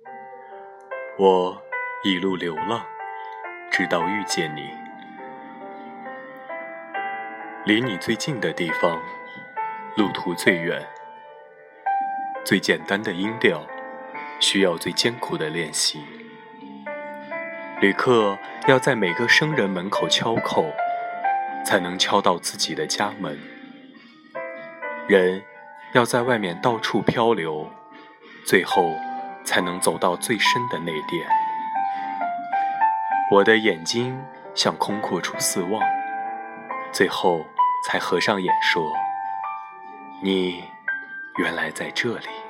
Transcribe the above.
我一路流浪，直到遇见你。离你最近的地方，路途最远。最简单的音调，需要最艰苦的练习。旅客要在每个生人门口敲叩，才能敲到自己的家门。人要在外面到处漂流，最后才能走到最深的内殿。我的眼睛向空阔处四望，最后才合上眼说，你原来在这里。